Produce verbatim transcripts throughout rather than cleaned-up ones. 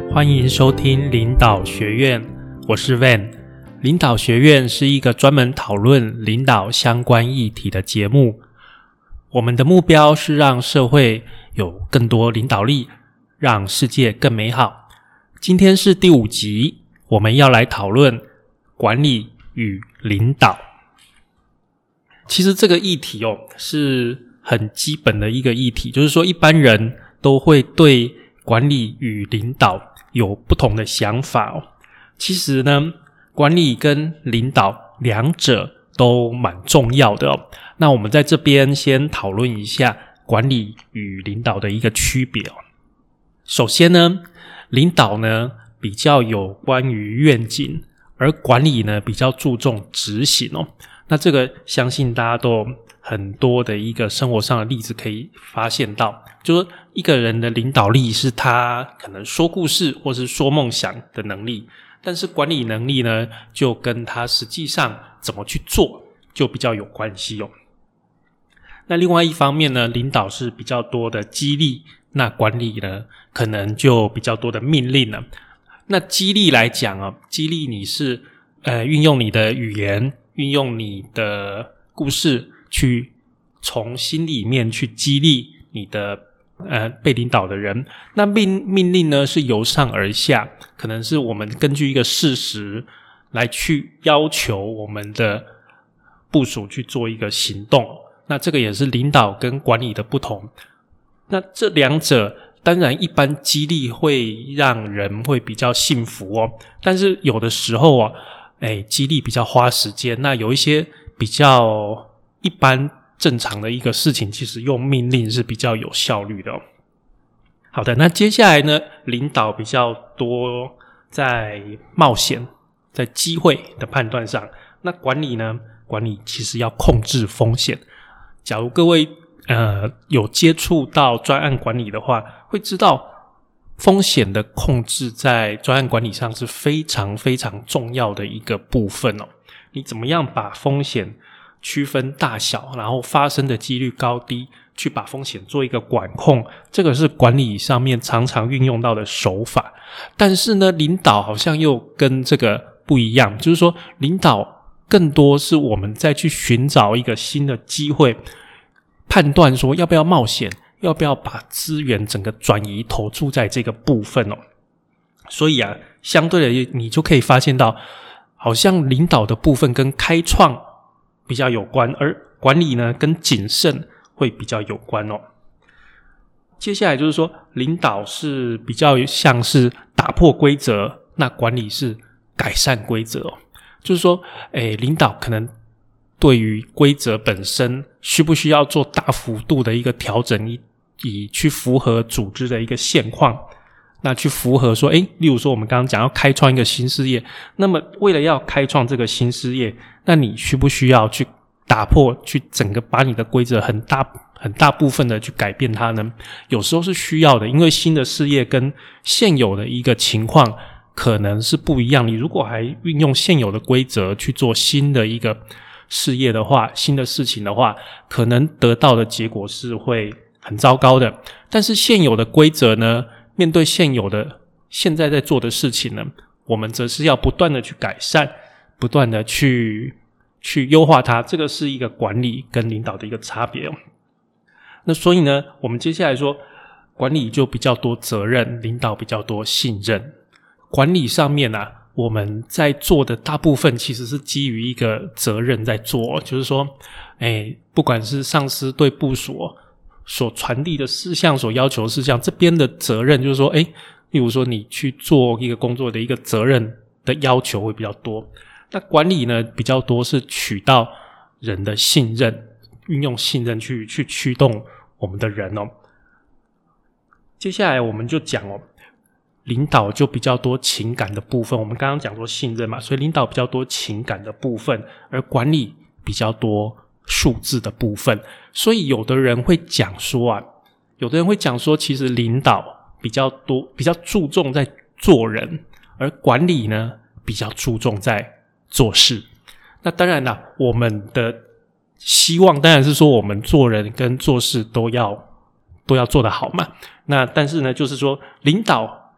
欢迎收听领导学院，我是 Van。 领导学院是一个专门讨论领导相关议题的节目，我们的目标是让社会有更多领导力，让世界更美好。今天是第五集，我们要来讨论管理与领导。其实这个议题哦，是很基本的一个议题，就是说一般人都会对管理与领导有不同的想法哦。其实呢，管理跟领导两者都蛮重要的哦。那我们在这边先讨论一下管理与领导的一个区别哦。首先呢，领导呢比较有关于愿景，而管理呢比较注重执行哦。那这个相信大家都有很多的一个生活上的例子可以发现到，就是一个人的领导力是他可能说故事或是说梦想的能力，但是管理能力呢就跟他实际上怎么去做就比较有关系哦。那另外一方面呢，领导是比较多的激励，那管理呢可能就比较多的命令了。那激励来讲啊，激励你是呃运用你的语言，运用你的故事去从心里面去激励你的呃被领导的人。那命命令呢是由上而下，可能是我们根据一个事实来去要求我们的部属去做一个行动。那这个也是领导跟管理的不同。那这两者当然一般激励会让人会比较幸福哦，但是有的时候啊，哎，激励比较花时间，那有一些比较一般正常的一个事情，其实用命令是比较有效率的哦。好的，那接下来呢，领导比较多在冒险，在机会的判断上。那管理呢，管理其实要控制风险。假如各位呃有接触到专案管理的话，会知道风险的控制在专案管理上是非常非常重要的一个部分哦。你怎么样把风险区分大小，然后发生的几率高低，去把风险做一个管控，这个是管理上面常常运用到的手法。但是呢，领导好像又跟这个不一样，就是说领导更多是我们再去寻找一个新的机会，判断说要不要冒险，要不要把资源整个转移投注在这个部分哦。所以啊，相对的你就可以发现到，好像领导的部分跟开创比较有关，而管理呢跟谨慎会比较有关哦。接下来就是说，领导是比较像是打破规则，那管理是改善规则哦。就是说，诶，领导可能对于规则本身需不需要做大幅度的一个调整，以以去符合组织的一个现况，那去符合说，诶，例如说我们刚刚讲要开创一个新事业，那么为了要开创这个新事业，那你需不需要去打破，去整个把你的规则很大很大部分的去改变它呢？有时候是需要的，因为新的事业跟现有的一个情况可能是不一样。你如果还运用现有的规则去做新的一个事业的话，新的事情的话，可能得到的结果是会很糟糕的。但是现有的规则呢，面对现有的现在在做的事情呢，我们则是要不断的去改善，不断的去去优化它。这个是一个管理跟领导的一个差别哦。那所以呢，我们接下来说，管理就比较多责任，领导比较多信任。管理上面啊，我们在做的大部分其实是基于一个责任在做，就是说，哎，不管是上司对部属所传递的事项，所要求的事项，这边的责任就是说，哎，例如说你去做一个工作的一个责任的要求会比较多。那管理呢，比较多是取到人的信任，运用信任去去驱动我们的人哦。接下来我们就讲哦，领导就比较多情感的部分。我们刚刚讲说信任嘛，所以领导比较多情感的部分，而管理比较多数字的部分。所以有的人会讲说啊，有的人会讲说，其实领导比较多，比较注重在做人，而管理呢比较注重在做事。那当然啦，我们的希望当然是说我们做人跟做事都要都要做得好嘛。那但是呢，就是说领导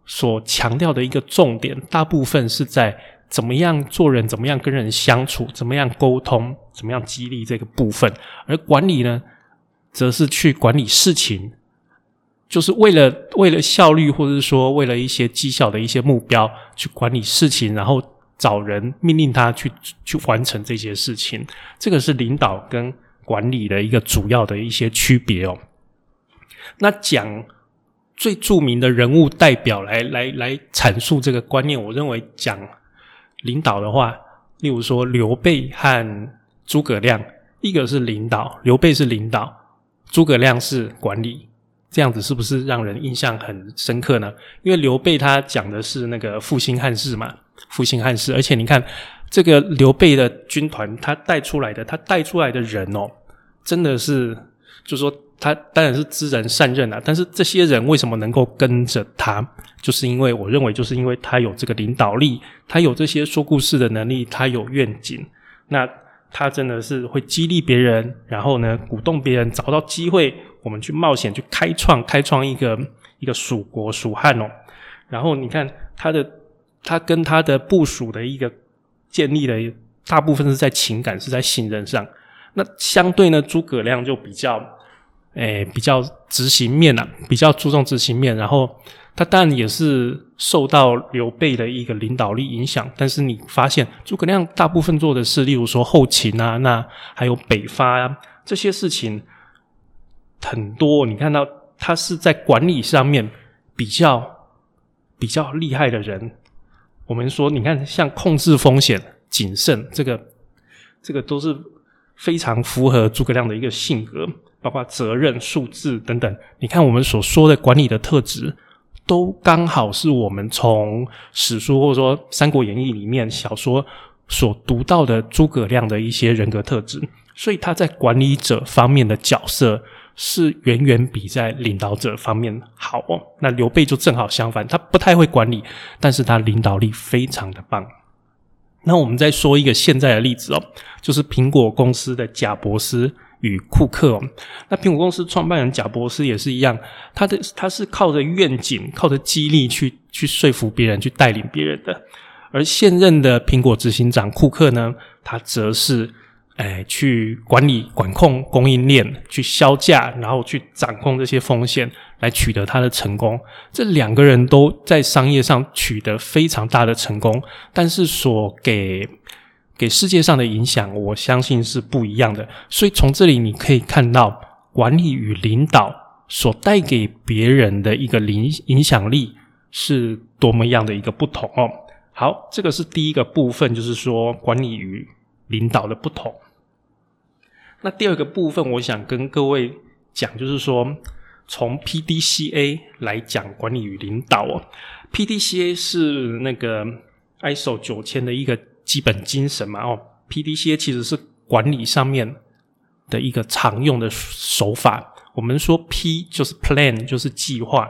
所强调的一个重点，大部分是在怎么样做人，怎么样跟人相处，怎么样沟通，怎么样激励这个部分。而管理呢，则是去管理事情，就是为了为了效率，或者是说为了一些绩效的一些目标去管理事情，然后找人命令他去去完成这些事情。这个是领导跟管理的一个主要的一些区别哦。那讲最著名的人物代表来来来阐述这个观念，我认为讲领导的话，例如说刘备和诸葛亮，一个是领导，刘备是领导，诸葛亮是管理，这样子是不是让人印象很深刻呢？因为刘备他讲的是那个复兴汉室嘛，复兴汉室，而且你看这个刘备的军团，他带出来的他带出来的人哦，真的是就是说他当然是知人善任啊，但是这些人为什么能够跟着他，就是因为我认为就是因为他有这个领导力，他有这些说故事的能力，他有愿景，那他真的是会激励别人，然后呢鼓动别人找到机会，我们去冒险去开创开创一个一个蜀国蜀汉哦。然后你看他的他跟他的部属的一个建立的大部分是在情感，是在信任上。那相对呢，诸葛亮就比较诶比较执行面啊，比较注重执行面，然后他当然也是受到刘备的一个领导力影响，但是你发现诸葛亮大部分做的事，例如说后勤啊，那还有北伐啊，这些事情很多，你看到他是在管理上面比较比较厉害的人。我们说你看像控制风险、谨慎，这个这个都是非常符合诸葛亮的一个性格，包括责任、数字等等。你看我们所说的管理的特质，都刚好是我们从史书或者说《三国演义》里面小说所读到的诸葛亮的一些人格特质，所以他在管理者方面的角色是远远比在领导者方面好哦。那刘备就正好相反，他不太会管理，但是他领导力非常的棒。那我们再说一个现在的例子哦，就是苹果公司的贾伯斯与库克哦。那苹果公司创办人贾伯斯也是一样，他的他是靠着愿景，靠着激励去去说服别人，去带领别人的。而现任的苹果执行长库克呢，他则是诶去管理管控供应链，去销价，然后去掌控这些风险，来取得他的成功。这两个人都在商业上取得非常大的成功，但是所给给世界上的影响，我相信是不一样的。所以从这里你可以看到管理与领导所带给别人的一个影响力是多么样的一个不同哦。好，这个是第一个部分，就是说管理与领导的不同。那第二个部分我想跟各位讲，就是说从 P D C A 来讲管理与领导哦。P D C A 是那个 I S O 九千的一个基本精神嘛哦。P D C A 其实是管理上面的一个常用的手法。我们说 P 就是 plan 就是计划，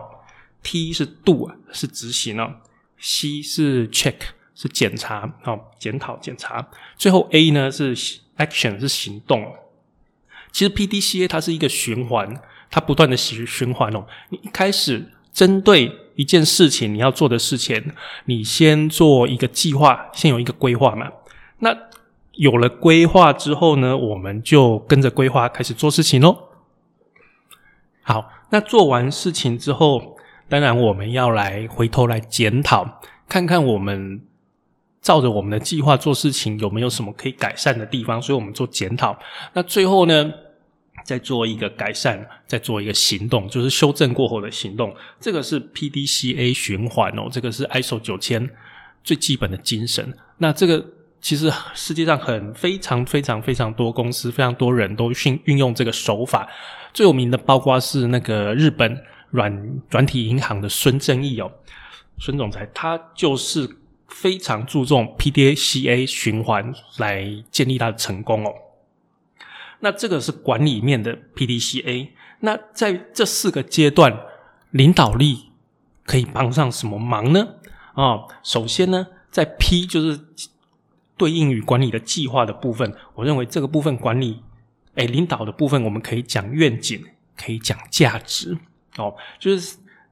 T 是 do 是执行哦， C 是 check 是检查哦，检讨检查，最后 A 呢是 action 是行动。其实 P D C A 它是一个循环，它不断的循环哦。你一开始针对一件事情你要做的事前，你先做一个计划，先有一个规划嘛。那有了规划之后呢，我们就跟着规划开始做事情咯。好，那做完事情之后，当然我们要来回头来检讨，看看我们照着我们的计划做事情有没有什么可以改善的地方，所以我们做检讨。那最后呢再做一个改善，再做一个行动，就是修正过后的行动。这个是 P D C A 循环哦，这个是 I S O 九千最基本的精神。那这个其实世界上很非常非常非常多公司，非常多人都运用这个手法。最有名的包括是那个日本软软体银行的孙正义哦，孙总裁他就是非常注重 P D C A 循环来建立他的成功哦。那这个是管理面的 P D C A。 那在这四个阶段，领导力可以帮上什么忙呢？哦，首先呢，在 P 就是对应于管理的计划的部分，我认为这个部分管理诶领导的部分，我们可以讲愿景，可以讲价值哦，就是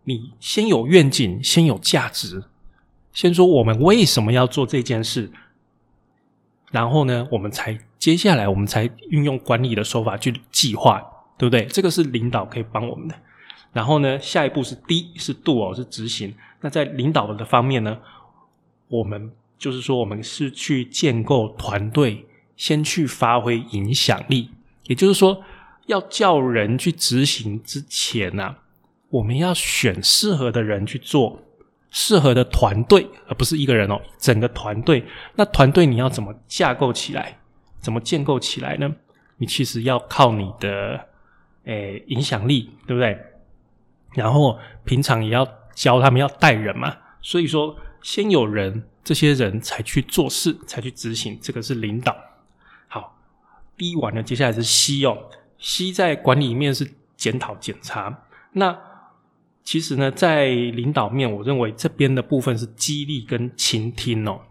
你先有愿景，先有价值，先说我们为什么要做这件事，然后呢我们才接下来我们才运用管理的手法去计划，对不对？这个是领导可以帮我们的。然后呢下一步是 D 是 do 哦，是执行。那在领导的方面呢，我们就是说我们是去建构团队，先去发挥影响力，也就是说要叫人去执行之前啊，我们要选适合的人去做，适合的团队，而不是一个人哦，整个团队。那团队你要怎么架构起来，怎么建构起来呢？你其实要靠你的诶影响力，对不对？然后平常也要教他们要带人嘛，所以说先有人，这些人才去做事，才去执行，这个是领导。好， D 完了，接下来是 C 哦。C 在管理面是检讨检查，那其实呢在领导面我认为这边的部分是激励跟倾听哦。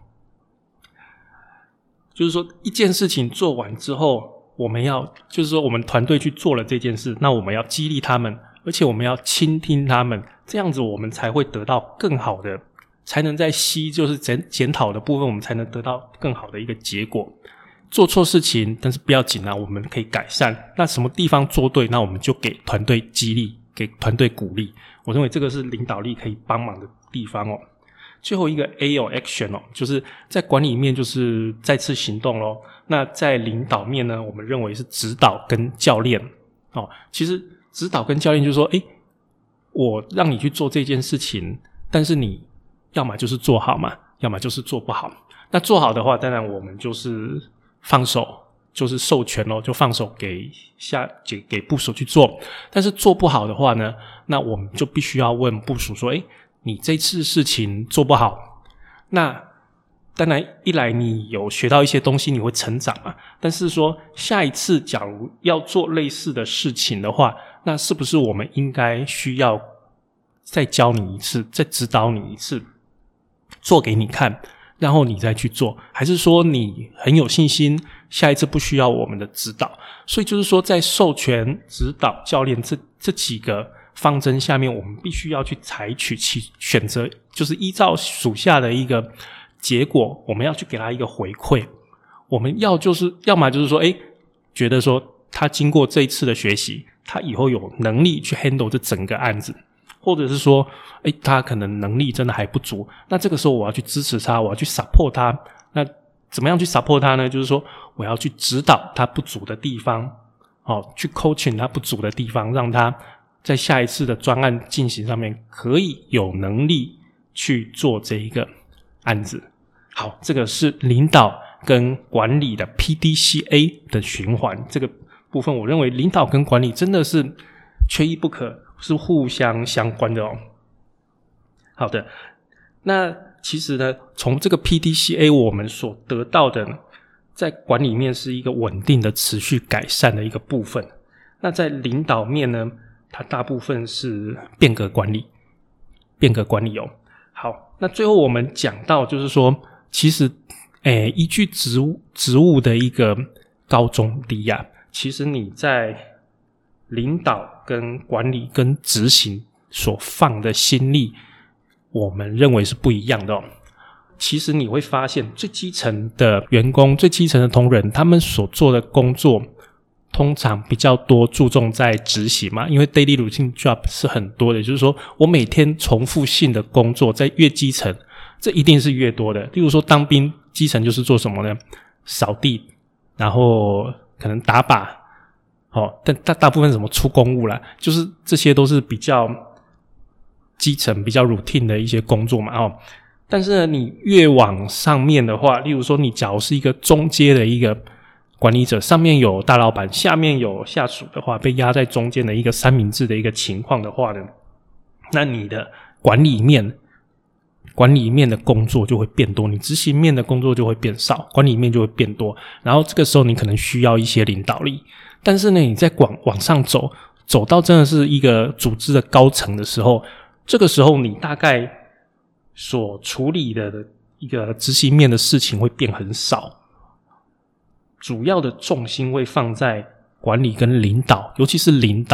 就是说一件事情做完之后，我们要就是说我们团队去做了这件事，那我们要激励他们，而且我们要倾听他们，这样子我们才会得到更好的，才能在 C 就是检检讨的部分，我们才能得到更好的一个结果。做错事情但是不要紧啊，我们可以改善，那什么地方做对，那我们就给团队激励，给团队鼓励。我认为这个是领导力可以帮忙的地方哦。最后一个 A 哦 action 哦，就是在管理面就是再次行动咯。那在领导面呢，我们认为是指导跟教练哦。其实指导跟教练就是说，诶，我让你去做这件事情，但是你要么就是做好嘛，要么就是做不好。那做好的话，当然我们就是放手，就是授权咯，就放手给下给给部属去做。但是做不好的话呢，那我们就必须要问部属说，诶，你这次事情做不好，那当然一来你有学到一些东西，你会成长嘛，但是说下一次假如要做类似的事情的话，那是不是我们应该需要再教你一次，再指导你一次，做给你看，然后你再去做，还是说你很有信心下一次不需要我们的指导？所以就是说在授权、指导、教练这这几个方针下面，我们必须要去采取其选择，就是依照属下的一个结果，我们要去给他一个回馈。我们要就是要么就是说，诶，觉得说他经过这一次的学习，他以后有能力去 handle 这整个案子，或者是说，诶，他可能能力真的还不足，那这个时候我要去支持他，我要去 support 他。那怎么样去 support 他呢？就是说我要去指导他不足的地方，哦，去 coaching 他不足的地方，让他在下一次的专案进行上面可以有能力去做这一个案子。好，这个是领导跟管理的 P D C A 的循环，这个部分我认为领导跟管理真的是缺一不可，是互相相关的哦。好的，那其实呢，从这个 P D C A 我们所得到的，在管理面是一个稳定的持续改善的一个部分。那在领导面呢，它大部分是变革管理，变革管理哦。好，那最后我们讲到就是说，其实诶，依据职务职务的一个高中低啊，其实你在领导跟管理跟执行所放的心力，我们认为是不一样的哦。其实你会发现最基层的员工，最基层的同仁，他们所做的工作通常比较多注重在执行嘛，因为 daily routine job 是很多的，就是说我每天重复性的工作在越基层，这一定是越多的。例如说当兵，基层就是做什么呢？扫地，然后可能打靶，哦，但大大部分什么出公务啦，就是这些都是比较基层比较 routine 的一些工作嘛，哦。但是呢，你越往上面的话，例如说你假如是一个中阶的一个管理者，上面有大老板，下面有下属的话，被压在中间的一个三明治的一个情况的话呢，那你的管理面管理面的工作就会变多，你执行面的工作就会变少，管理面就会变多，然后这个时候你可能需要一些领导力。但是呢，你在往往上走，走到真的是一个组织的高层的时候，这个时候你大概所处理的一个执行面的事情会变很少，主要的重心会放在管理跟领导，尤其是领导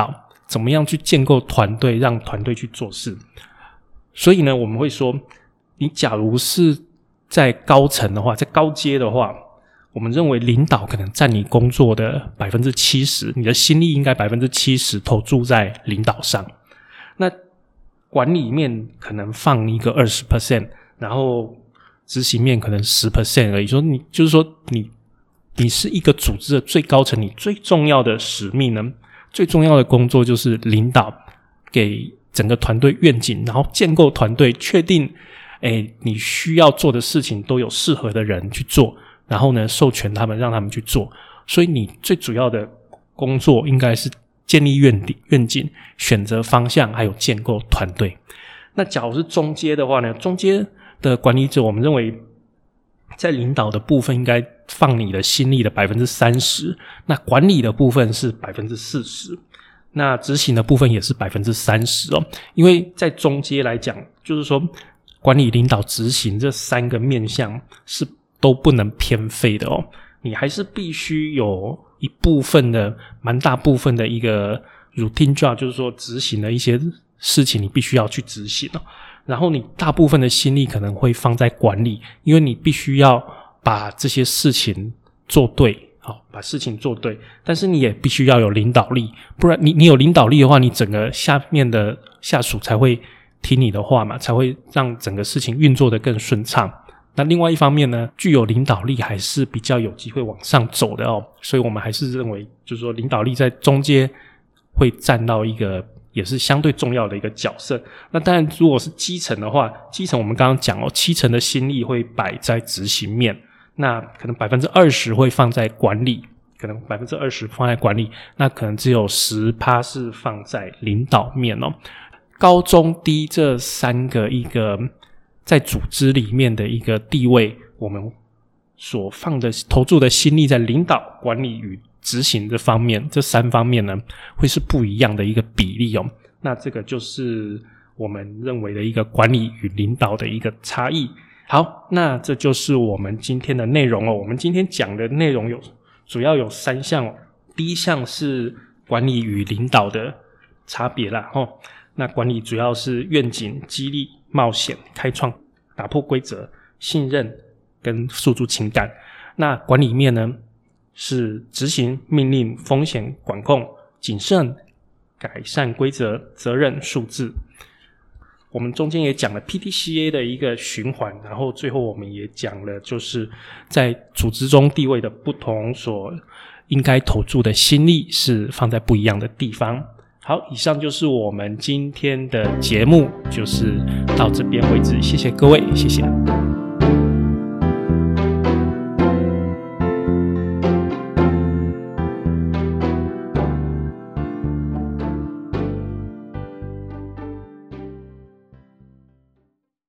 怎么样去建构团队，让团队去做事。所以呢，我们会说，你假如是在高层的话，在高阶的话，我们认为领导可能占你工作的 百分之七十， 你的心力应该 百分之七十 投注在领导上。那管理面可能放一个 百分之二十， 然后执行面可能 百分之十 而已。说你就是说你你是一个组织的最高层，你最重要的使命呢，最重要的工作就是领导给整个团队愿景，然后建构团队，确定诶你需要做的事情都有适合的人去做，然后呢授权他们让他们去做。所以你最主要的工作应该是建立愿愿景，选择方向，还有建构团队。那假如是中阶的话呢，中阶的管理者，我们认为在领导的部分应该放你的心力的 百分之三十， 那管理的部分是 百分之四十， 那执行的部分也是 百分之三十 哦。因为在中阶来讲，就是说管理、领导、执行这三个面向是都不能偏废的哦，你还是必须有一部分的蛮大部分的一个 routine job， 就是说执行的一些事情你必须要去执行哦。然后你大部分的心力可能会放在管理，因为你必须要把这些事情做对，好，把事情做对。但是你也必须要有领导力，不然你你有领导力的话，你整个下面的下属才会听你的话嘛，才会让整个事情运作得更顺畅。那另外一方面呢，具有领导力还是比较有机会往上走的哦，所以我们还是认为就是说领导力在中阶会占到一个也是相对重要的一个角色。那当然如果是基层的话，基层我们刚刚讲哦，七成的心力会摆在执行面，那可能 百分之二十 会放在管理，可能 百分之二十 放在管理，那可能只有 百分之十 是放在领导面哦。高中低这三个一个在组织里面的一个地位，我们所放的投注的心力在领导、管理与执行这方面，这三方面呢会是不一样的一个比例哦。那这个就是我们认为的一个管理与领导的一个差异。好，那这就是我们今天的内容哦。我们今天讲的内容有主要有三项哦。第一项是管理与领导的差别啦哦。那管理主要是愿景、激励、冒险、开创、打破规则、信任跟诉诸情感。那管理面呢是执行、命令、风险管控、谨慎、改善规则、责任、数字。我们中间也讲了 P D C A 的一个循环，然后最后我们也讲了就是在组织中地位的不同，所应该投注的心力是放在不一样的地方。好，以上就是我们今天的节目，就是到这边为止，谢谢各位，谢谢。